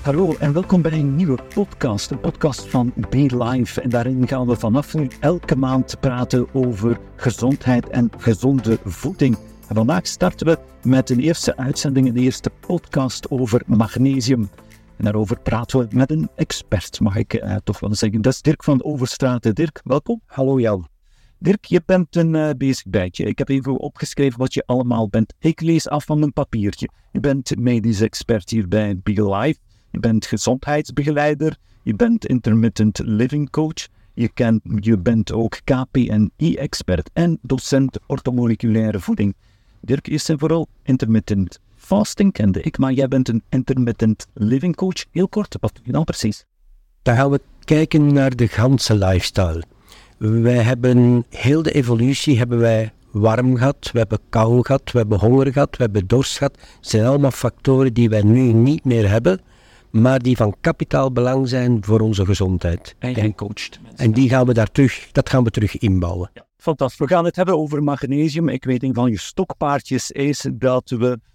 Hallo en welkom bij een nieuwe podcast, een podcast van BeLive. En daarin gaan we vanaf nu elke maand praten over gezondheid en gezonde voeding. En vandaag starten we met een eerste uitzending, een eerste podcast over magnesium. En daarover praten we met een expert, mag ik toch wel zeggen. Dat is Dirk van Overstraat. Dirk, welkom. Hallo Jan. Dirk, je bent een bezig bijtje. Ik heb even opgeschreven wat je allemaal bent. Ik lees af van mijn papiertje. Je bent medisch expert hier bij BeLive. Je bent gezondheidsbegeleider. Je bent intermittent living coach. Je bent ook KPNI-expert en docent orthomoleculaire voeding. Dirk, eerst en vooral intermittent fasting kende ik, maar jij bent een intermittent living coach. Heel kort, wat doe je dan precies? Dan gaan we kijken naar de ganse lifestyle. Wij hebben heel de evolutie hebben wij warm gehad, we hebben kou gehad, we hebben honger gehad, we hebben dorst gehad. Het zijn allemaal factoren die wij nu niet meer hebben, maar die van kapitaal belang zijn voor onze gezondheid. En jij coacht mensen. En dat gaan we terug inbouwen. Ja, fantastisch. We gaan het hebben over magnesium. Ik weet, een van je stokpaardjes is dat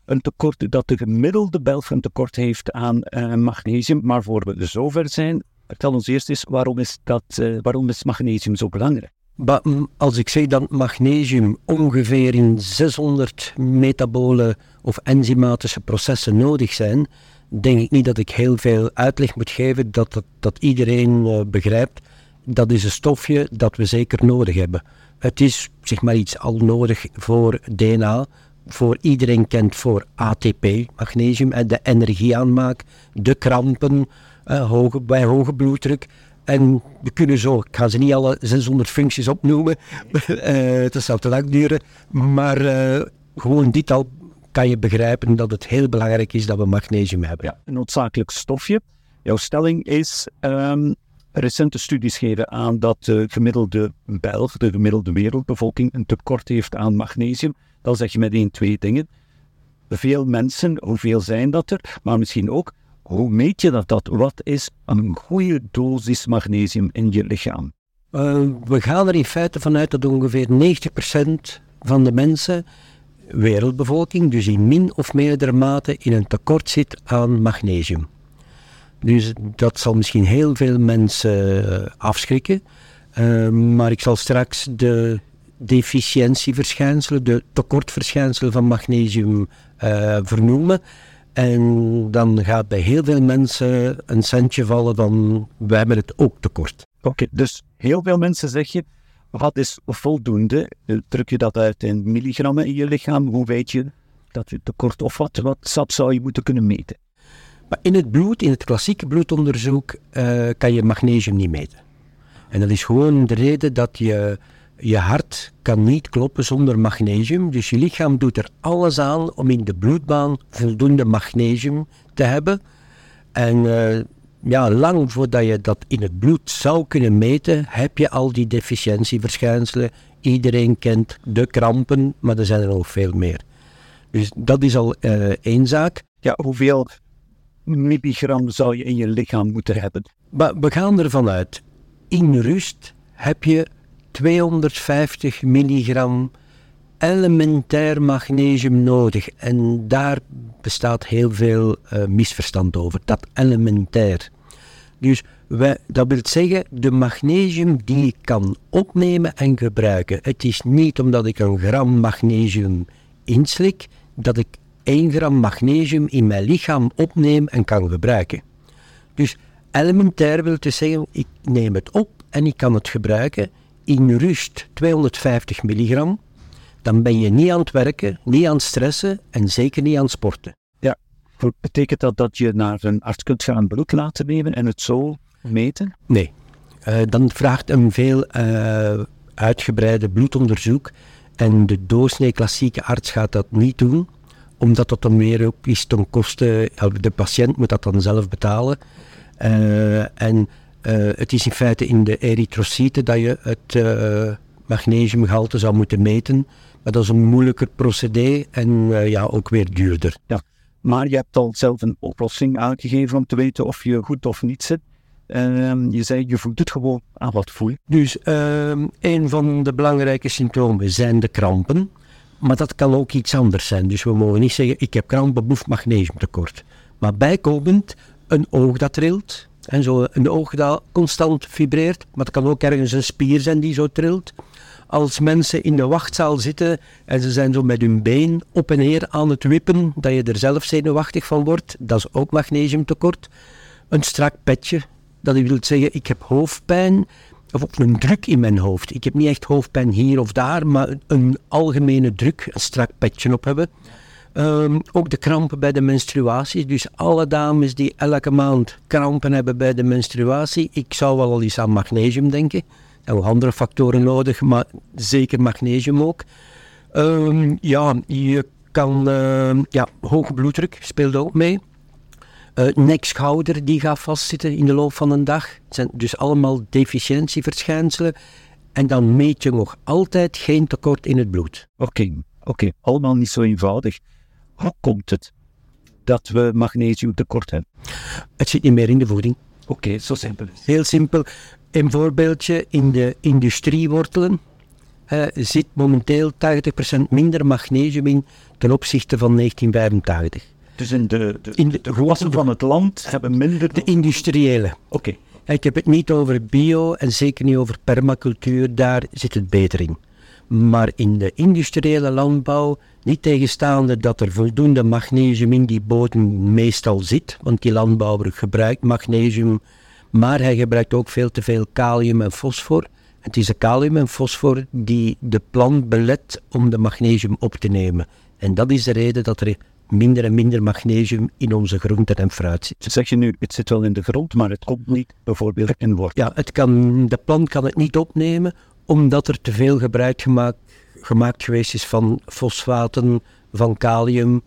de gemiddelde Belg een tekort heeft aan magnesium. Maar voor we zover zijn, vertel ons eerst eens, waarom is magnesium zo belangrijk? Als ik zeg dat magnesium ongeveer in 600 metabole of enzymatische processen nodig zijn, denk ik niet dat ik heel veel uitleg moet geven dat iedereen begrijpt. Dat is een stofje dat we zeker nodig hebben. Het is zeg maar iets al nodig voor DNA, voor iedereen kent voor ATP, magnesium, en de energieaanmaak, de krampen, bij hoge bloeddruk. En we kunnen zo, ik ga ze niet alle 600 functies opnoemen, dat zou te lang duren, maar gewoon dit al kan je begrijpen dat het heel belangrijk is dat we magnesium hebben. Ja, een noodzakelijk stofje. Jouw stelling is, recente studies geven aan dat de gemiddelde Belg, de gemiddelde wereldbevolking, een tekort heeft aan magnesium. Dan zeg je meteen twee dingen. Veel mensen, hoeveel zijn dat er? Maar misschien ook, hoe meet je dat? Wat is een goede dosis magnesium in je lichaam? We gaan er in feite vanuit dat ongeveer 90% van de mensen, wereldbevolking, dus in min of meerdere mate in een tekort zit aan magnesium. Dus dat zal misschien heel veel mensen afschrikken, maar ik zal straks de deficiëntieverschijnselen, de tekortverschijnselen van magnesium vernoemen. En dan gaat bij heel veel mensen een centje vallen van, wij hebben het ook tekort. Oké, dus heel veel mensen zeg je, wat is voldoende? Druk je dat uit in milligrammen in je lichaam? Hoe weet je dat je tekort of wat zou je moeten kunnen meten? Maar in het bloed, in het klassieke bloedonderzoek, kan je magnesium niet meten. En dat is gewoon de reden dat je hart kan niet kloppen zonder magnesium. Dus je lichaam doet er alles aan om in de bloedbaan voldoende magnesium te hebben. En lang voordat je dat in het bloed zou kunnen meten, heb je al die deficiëntieverschijnselen. Iedereen kent de krampen, maar er zijn er nog veel meer. Dus dat is al één zaak. Ja, hoeveel milligram zou je in je lichaam moeten hebben? Maar we gaan ervan uit, in rust heb je 250 milligram elementair magnesium nodig. En daar bestaat heel veel misverstand over, dat elementair. Dus dat wil zeggen, de magnesium die ik kan opnemen en gebruiken. Het is niet omdat ik een gram magnesium inslik, dat ik 1 gram magnesium in mijn lichaam opneem en kan gebruiken. Dus elementair wil dus zeggen, ik neem het op en ik kan het gebruiken. In rust 250 milligram, dan ben je niet aan het werken, niet aan het stressen en zeker niet aan het sporten. Ja, betekent dat je naar een arts kunt gaan bloed laten nemen en het zo meten? Nee, dan vraagt een veel uitgebreide bloedonderzoek en de doorsnee klassieke arts gaat dat niet doen, omdat dat dan meer ook is ten koste, de patiënt moet dat dan zelf betalen. Het is in feite in de erytrocyten dat je het magnesiumgehalte zou moeten meten. Maar dat is een moeilijker procedé en ook weer duurder. Ja, maar je hebt al zelf een oplossing aangegeven om te weten of je goed of niet zit. Je zei, je voelt het gewoon aan wat voel je. Dus een van de belangrijke symptomen zijn de krampen. Maar dat kan ook iets anders zijn. Dus we mogen niet zeggen, ik heb krampen, boef, magnesiumtekort. Maar bijkomend, een oog dat trilt. En zo een oog dat constant vibreert, maar het kan ook ergens een spier zijn die zo trilt. Als mensen in de wachtzaal zitten en ze zijn zo met hun been op en neer aan het wippen, dat je er zelf zenuwachtig van wordt, dat is ook magnesiumtekort. Een strak petje, dat wil zeggen, ik heb hoofdpijn, of een druk in mijn hoofd. Ik heb niet echt hoofdpijn hier of daar, maar een algemene druk, een strak petje op hebben. Ook de krampen bij de menstruatie. Dus alle dames die elke maand krampen hebben bij de menstruatie, ik zou wel al eens aan magnesium denken. Er zijn nog andere factoren nodig, maar zeker magnesium ook. Je kan... hoge bloeddruk speelt ook mee. Nek, schouder, die gaat vastzitten in de loop van een dag. Het zijn dus allemaal deficiëntieverschijnselen. En dan meet je nog altijd geen tekort in het bloed. Oké. Allemaal niet zo eenvoudig. Hoe komt het dat we magnesiumtekort hebben? Het zit niet meer in de voeding. Oké, zo simpel is het. Heel simpel. Een voorbeeldje, in de industriewortelen zit momenteel 80% minder magnesium in ten opzichte van 1985. Dus in de gewassen van het land hebben minder... De industriële. Oké. Ik heb het niet over bio en zeker niet over permacultuur, daar zit het beter in. Maar in de industriële landbouw, niet tegenstaande dat er voldoende magnesium in die bodem meestal zit, want die landbouwer gebruikt magnesium, maar hij gebruikt ook veel te veel kalium en fosfor. Het is de kalium en fosfor die de plant belet om de magnesium op te nemen. En dat is de reden dat er minder en minder magnesium in onze groenten en fruit zit. Zeg je nu, het zit wel in de grond, maar het komt niet bijvoorbeeld in wortel? Ja, de plant kan het niet opnemen, omdat er te veel gebruik gemaakt geweest is van fosfaten, van kalium,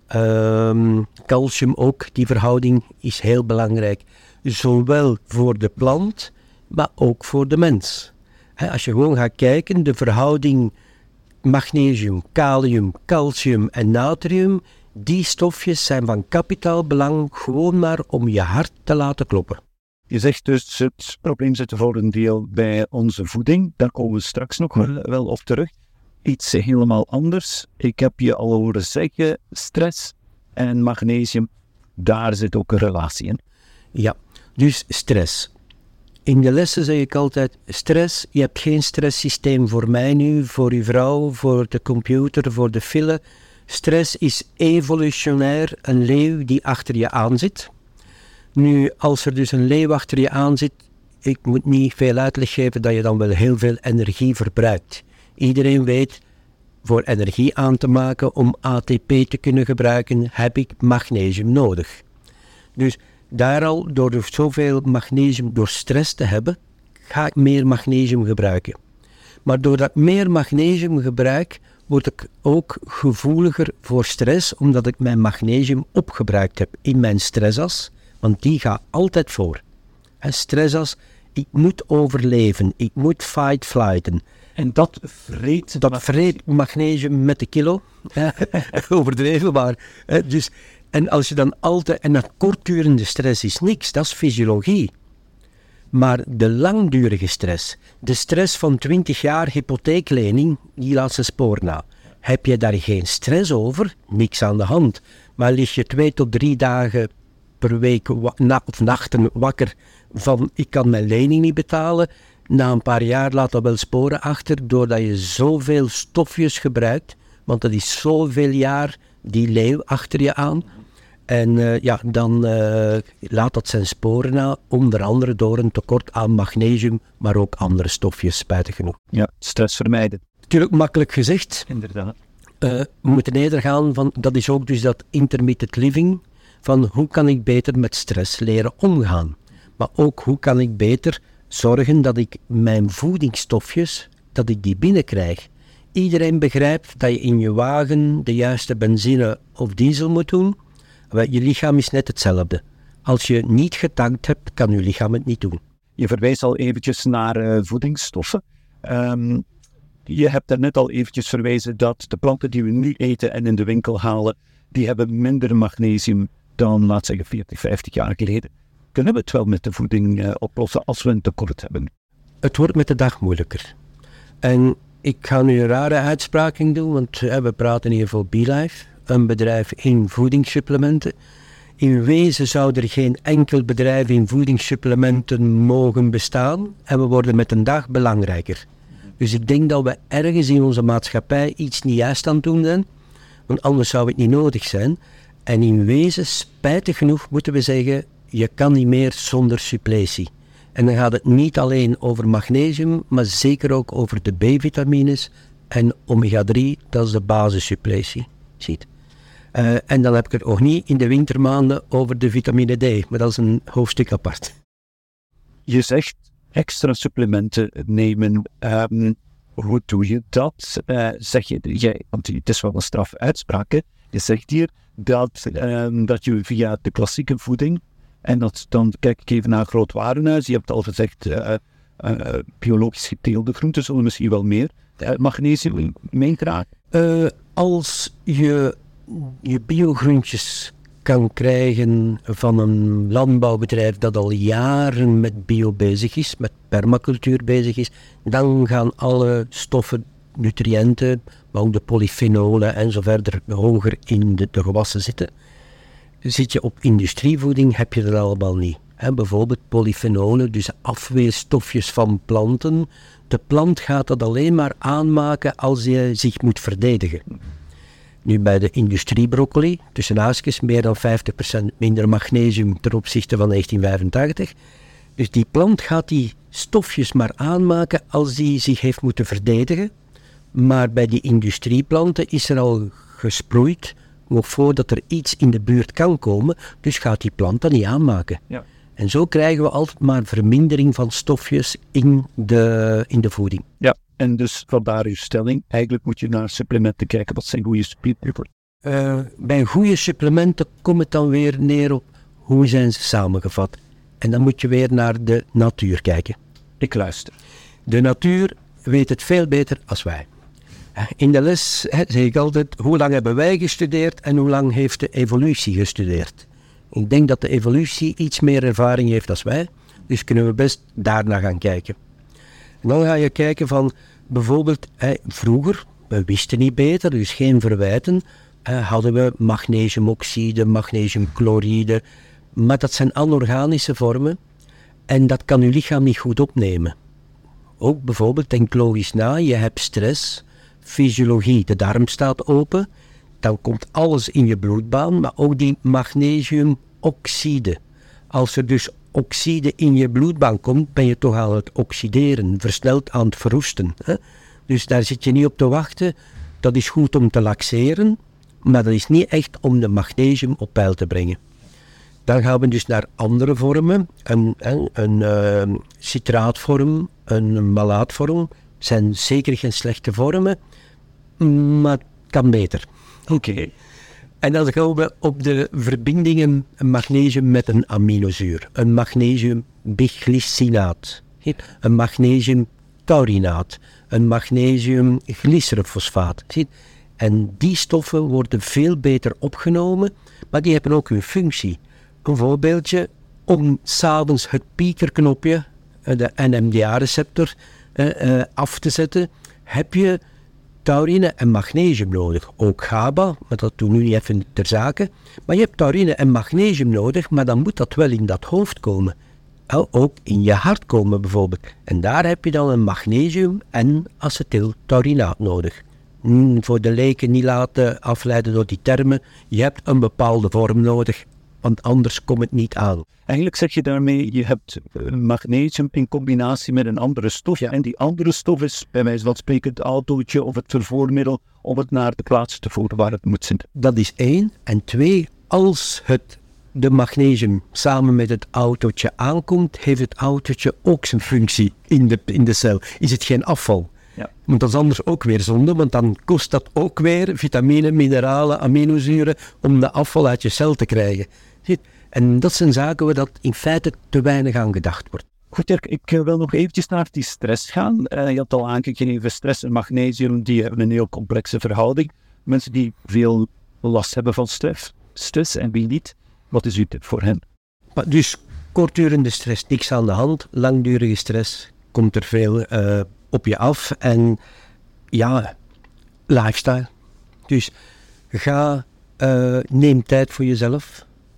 calcium ook. Die verhouding is heel belangrijk. Zowel voor de plant, maar ook voor de mens. Als je gewoon gaat kijken, de verhouding magnesium, kalium, calcium en natrium, die stofjes zijn van kapitaal belang gewoon maar om je hart te laten kloppen. Je zegt dus, het probleem zit voor een deel bij onze voeding. Daar komen we straks nog wel op terug. Iets helemaal anders. Ik heb je al horen zeggen, stress en magnesium, daar zit ook een relatie in. Ja, dus stress. In de lessen zeg ik altijd, stress, je hebt geen stresssysteem voor mij nu, voor uw vrouw, voor de computer, voor de file. Stress is evolutionair een leeuw die achter je aan zit. Nu, als er dus een leeuw achter je aan zit, ik moet niet veel uitleg geven dat je dan wel heel veel energie verbruikt. Iedereen weet, voor energie aan te maken, om ATP te kunnen gebruiken, heb ik magnesium nodig. Dus daar al, door zoveel magnesium door stress te hebben, ga ik meer magnesium gebruiken. Maar doordat ik meer magnesium gebruik, word ik ook gevoeliger voor stress, omdat ik mijn magnesium opgebruikt heb in mijn stressas, want die gaat altijd voor. Stressas, ik moet overleven, ik moet fight-flighten. En dat vreet magnesium met de kilo. Overdreven, maar. Dus, en als je dan altijd... En dat kortdurende stress is niks, dat is fysiologie. Maar de langdurige stress, de stress van 20 jaar hypotheeklening, die laat zijn spoor na. Heb je daar geen stress over, niks aan de hand. Maar lig je 2 tot 3 dagen per week of nachten wakker van ik kan mijn lening niet betalen, na een paar jaar laat dat wel sporen achter, doordat je zoveel stofjes gebruikt, want dat is zoveel jaar die leeuw achter je aan. En dan laat dat zijn sporen na, onder andere door een tekort aan magnesium, maar ook andere stofjes, spijtig genoeg. Ja, stress vermijden. Natuurlijk makkelijk gezegd. Inderdaad. We moeten eerder gaan van, dat is ook dus dat intermittent living, van hoe kan ik beter met stress leren omgaan. Maar ook hoe kan ik beter zorgen dat ik mijn voedingsstofjes, dat ik die binnenkrijg. Iedereen begrijpt dat je in je wagen de juiste benzine of diesel moet doen. Je lichaam is net hetzelfde. Als je niet getankt hebt, kan je lichaam het niet doen. Je verwijst al eventjes naar voedingsstoffen. Je hebt daarnet al eventjes verwezen dat de planten die we nu eten en in de winkel halen, die hebben minder magnesium dan, laat zeggen, 40, 50 jaar geleden. Kunnen we het wel met de voeding oplossen als we een tekort hebben? Het wordt met de dag moeilijker. En ik ga nu een rare uitspraking doen, want we praten hier voor BeLife, een bedrijf in voedingssupplementen. In wezen zou er geen enkel bedrijf in voedingssupplementen mogen bestaan en we worden met een dag belangrijker. Dus ik denk dat we ergens in onze maatschappij iets niet juist aan het doen zijn, want anders zou het niet nodig zijn. En in wezen, spijtig genoeg, moeten we zeggen, je kan niet meer zonder suppletie. En dan gaat het niet alleen over magnesium, maar zeker ook over de B-vitamines en omega-3, dat is de basissuppletie. Ziet. En dan heb ik het nog niet in de wintermaanden over de vitamine D, maar dat is een hoofdstuk apart. Je zegt extra supplementen nemen. Hoe doe je dat? Zeg je, want het is wel een straffe uitspraak, hè? Je zegt hier dat je via de klassieke voeding, en dan kijk ik even naar Groot Warenhuis, je hebt al gezegd, biologisch geteelde groenten zullen misschien wel meer magnesium meedragen. Als je biogroentjes kan krijgen van een landbouwbedrijf dat al jaren met bio bezig is, met permacultuur bezig is, dan gaan alle stoffen, nutriënten, maar ook de polyfenolen en zo verder hoger in de gewassen zitten. Zit je op industrievoeding, heb je dat allemaal niet. Bijvoorbeeld polyfenolen, dus afweerstofjes van planten. De plant gaat dat alleen maar aanmaken als hij zich moet verdedigen. Nu bij de industriebroccoli, tussen haakjes, meer dan 50% minder magnesium ten opzichte van 1985. Dus die plant gaat die stofjes maar aanmaken als die zich heeft moeten verdedigen. Maar bij die industrieplanten is er al gesproeid, nog voordat er iets in de buurt kan komen, dus gaat die plant dat niet aanmaken. Ja. En zo krijgen we altijd maar vermindering van stofjes in de voeding. Ja, en dus vandaar uw stelling. Eigenlijk moet je naar supplementen kijken. Wat zijn goede supplementen? Bij goede supplementen komt het dan weer neer op hoe zijn ze samengevat. En dan moet je weer naar de natuur kijken. Ik luister. De natuur weet het veel beter als wij. In de les zeg ik altijd, hoe lang hebben wij gestudeerd en hoe lang heeft de evolutie gestudeerd? Ik denk dat de evolutie iets meer ervaring heeft dan wij, dus kunnen we best daarna gaan kijken. En dan ga je kijken van, bijvoorbeeld, vroeger, we wisten niet beter, dus geen verwijten, hadden we magnesiumoxide, magnesiumchloride, maar dat zijn anorganische vormen en dat kan uw lichaam niet goed opnemen. Ook bijvoorbeeld, denk logisch na, je hebt stress, fysiologie, de darm staat open, dan komt alles in je bloedbaan, maar ook die magnesiumoxide. Als er dus oxide in je bloedbaan komt, ben je toch aan het oxideren, versneld aan het verroesten. Hè? Dus daar zit je niet op te wachten. Dat is goed om te laxeren, maar dat is niet echt om de magnesium op peil te brengen. Dan gaan we dus naar andere vormen. Een citraatvorm, een malaatvorm, zijn zeker geen slechte vormen, maar het kan beter. Oké. En dan gaan we op de verbindingen magnesium met een aminozuur. Een magnesium biglycinaat, een magnesium taurinaat, een magnesium glycerofosfaat. En die stoffen worden veel beter opgenomen, maar die hebben ook hun functie. Een voorbeeldje, om 's avonds het piekerknopje, de NMDA-receptor, af te zetten, heb je taurine en magnesium nodig. Ook GABA, maar dat doen we nu even ter zake. Maar je hebt taurine en magnesium nodig, maar dan moet dat wel in dat hoofd komen. Ook in je hart komen bijvoorbeeld. En daar heb je dan een magnesium en acetyltaurinaat nodig. Voor de leken niet laten afleiden door die termen. Je hebt een bepaalde vorm nodig, want anders komt het niet aan. Eigenlijk zeg je daarmee, je hebt magnesium in combinatie met een andere stof. Ja. En die andere stof is bij wijze van spreken het autootje of het vervoermiddel om het naar de plaats te voeren waar het moet zitten. Dat is 1. En 2, als de magnesium samen met het autootje aankomt, heeft het autootje ook zijn functie in de cel. Is het geen afval? Ja. Want dat is anders ook weer zonde, want dan kost dat ook weer vitamine, mineralen, aminozuren om de afval uit je cel te krijgen. En dat zijn zaken waar dat in feite te weinig aan gedacht wordt. Goed, Dirk, ik wil nog eventjes naar die stress gaan. Je had al aangegeven, stress en magnesium, die hebben een heel complexe verhouding. Mensen die veel last hebben van stress en wie niet, wat is uw tip voor hen? Dus kortdurende stress, niks aan de hand. Langdurige stress, komt er veel op je af. En ja, lifestyle. Dus neem tijd voor jezelf.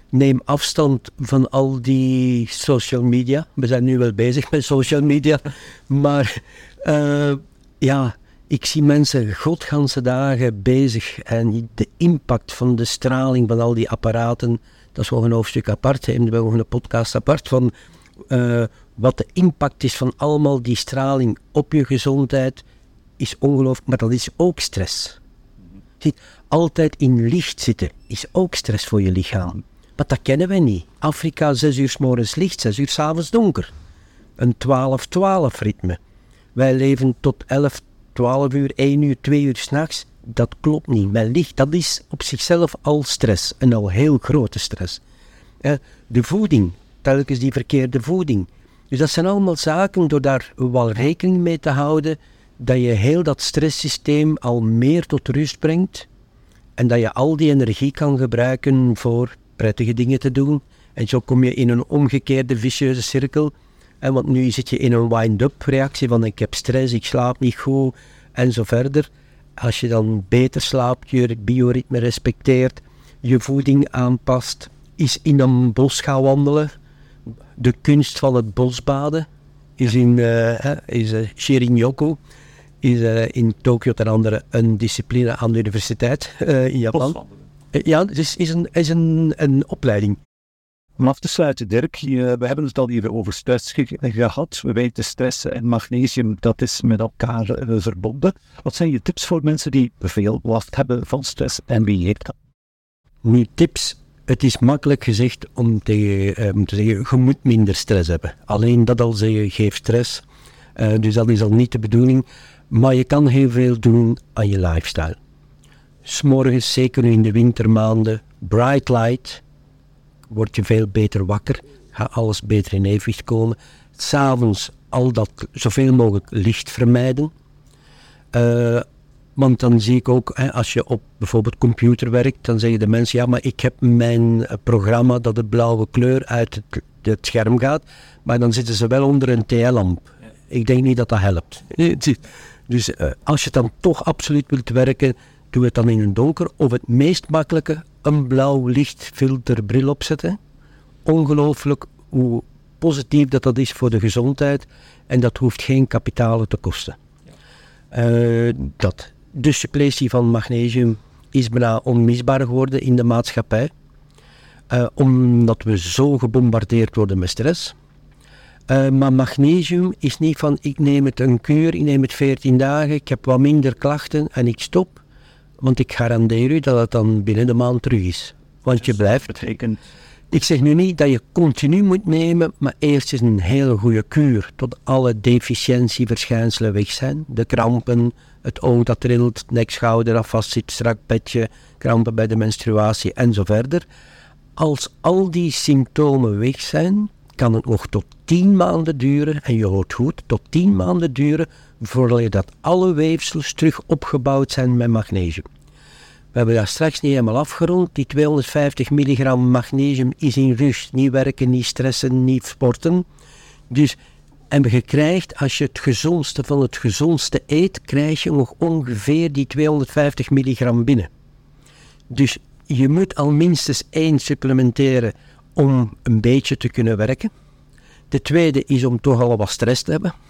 neem afstand van al die social media. We zijn nu wel bezig met social media, maar ik zie mensen godganse dagen bezig en de impact van de straling van al die apparaten, dat is wel een hoofdstuk apart, we hebben wel een podcast apart van wat de impact is van allemaal die straling op je gezondheid, is ongelooflijk, maar dat is ook stress. Altijd in licht zitten is ook stress voor je lichaam. Maar dat kennen wij niet. Afrika 6 uur 's morgens licht, 6 uur 's avonds donker. Een 12-12 ritme. Wij leven tot 11, 12 uur, 1 uur, 2 uur 's nachts. Dat klopt niet. Met licht, dat is op zichzelf al stress. En al heel grote stress. De voeding, telkens die verkeerde voeding. Dus dat zijn allemaal zaken, door daar wel rekening mee te houden, dat je heel dat stresssysteem al meer tot rust brengt en dat je al die energie kan gebruiken voor prettige dingen te doen. En zo kom je in een omgekeerde vicieuze cirkel. Want nu zit je in een wind-up reactie van ik heb stress, ik slaap niet goed en zo verder. Als je dan beter slaapt, je bioritme respecteert, je voeding aanpast, is in een bos gaan wandelen. De kunst van het bosbaden is in Shirin-yoku. Is in Tokio ten andere een discipline aan de universiteit in Japan. Ja, dus is een opleiding. Om af te sluiten, Dirk, we hebben het al even over stress gehad. We weten stress en magnesium, dat is met elkaar verbonden. Wat zijn je tips voor mensen die veel last hebben van stress en wie heeft dat? Nu, tips. Het is makkelijk gezegd om te zeggen, je moet minder stress hebben. Alleen dat al zeggen, geeft stress. Dus dat is al niet de bedoeling. Maar je kan heel veel doen aan je lifestyle. 'S Morgens, zeker nu in de wintermaanden, bright light, word je veel beter wakker, gaat alles beter in evenwicht komen. 'S Avonds al dat zoveel mogelijk licht vermijden. Want dan zie ik ook, als je op bijvoorbeeld computer werkt, dan zeggen de mensen, ja, maar ik heb mijn programma dat de blauwe kleur uit het scherm gaat, maar dan zitten ze wel onder een TL-lamp. Ik denk niet dat dat helpt. Dus als je dan toch absoluut wilt werken, doe het dan in het donker. Of het meest makkelijke, een blauw lichtfilterbril opzetten. Ongelooflijk hoe positief dat is voor de gezondheid. En dat hoeft geen kapitalen te kosten. De suppletie van magnesium is bijna onmisbaar geworden in de maatschappij. Omdat we zo gebombardeerd worden met stress. Maar magnesium is niet van ik neem het een kuur, ik neem het 14 dagen, ik heb wat minder klachten en ik stop. Want ik garandeer u dat het dan binnen de maand terug is. Want je blijft. Ik zeg nu niet dat je continu moet nemen, maar eerst is een hele goede kuur tot alle deficiëntieverschijnselen weg zijn. De krampen, het oog dat trilt, nek, schouder dat vastzit, strak bedje, krampen bij de menstruatie en zo verder. Als al die symptomen weg zijn, kan het nog tot 10 maanden duren, en je hoort goed, tot 10 maanden duren, voordat alle weefsels terug opgebouwd zijn met magnesium. We hebben daar straks niet helemaal afgerond. Die 250 milligram magnesium is in rust. Niet werken, niet stressen, niet sporten. Dus, en je krijgt, als je het gezondste van het gezondste eet, krijg je nog ongeveer die 250 milligram binnen. Dus je moet al minstens 1 supplementeren om een beetje te kunnen werken. De tweede is om toch al wat stress te hebben.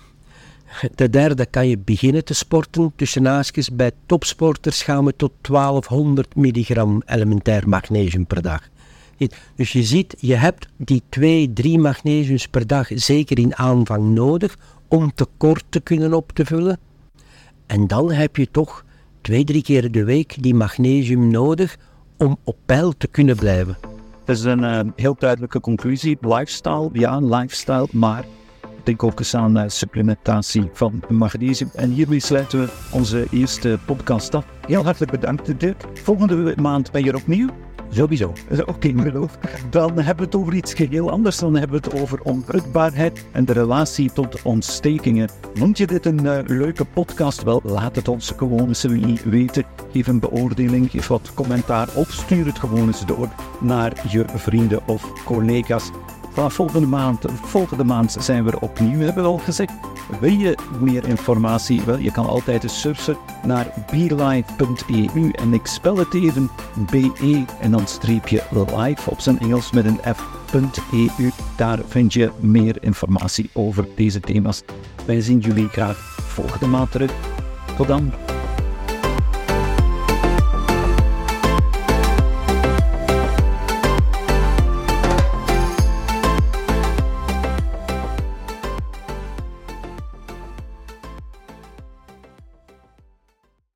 De derde kan je beginnen te sporten. Tussen haakjes, bij topsporters gaan we tot 1200 milligram elementair magnesium per dag. Dus je ziet, je hebt die 2-3 magnesiums per dag zeker in aanvang nodig om tekort te kunnen op te vullen. En dan heb je toch 2-3 keer de week die magnesium nodig om op peil te kunnen blijven. Dat is een heel duidelijke conclusie. Lifestyle, ja, lifestyle, maar denk ook eens aan supplementatie van magnesium. En hiermee sluiten we onze eerste podcast af. Heel hartelijk bedankt, Dirk. Volgende maand ben je er opnieuw. Sowieso. Oké, geloof. Dan hebben we het over iets heel anders. Dan hebben we het over onvruchtbaarheid en de relatie tot ontstekingen. Vond je dit een leuke podcast? Wel, laat het ons gewoon eens weten. Geef een beoordeling, geef wat commentaar of stuur het gewoon eens door naar je vrienden of collega's. Volgende maand zijn we er opnieuw, hebben we al gezegd. Wil je meer informatie? Wel, je kan altijd surfen naar BeLive.eu en ik spel het even BE en dan streepje live op zijn Engels met een F.eu. Daar vind je meer informatie over deze thema's. Wij zien jullie graag volgende maand terug. Tot dan.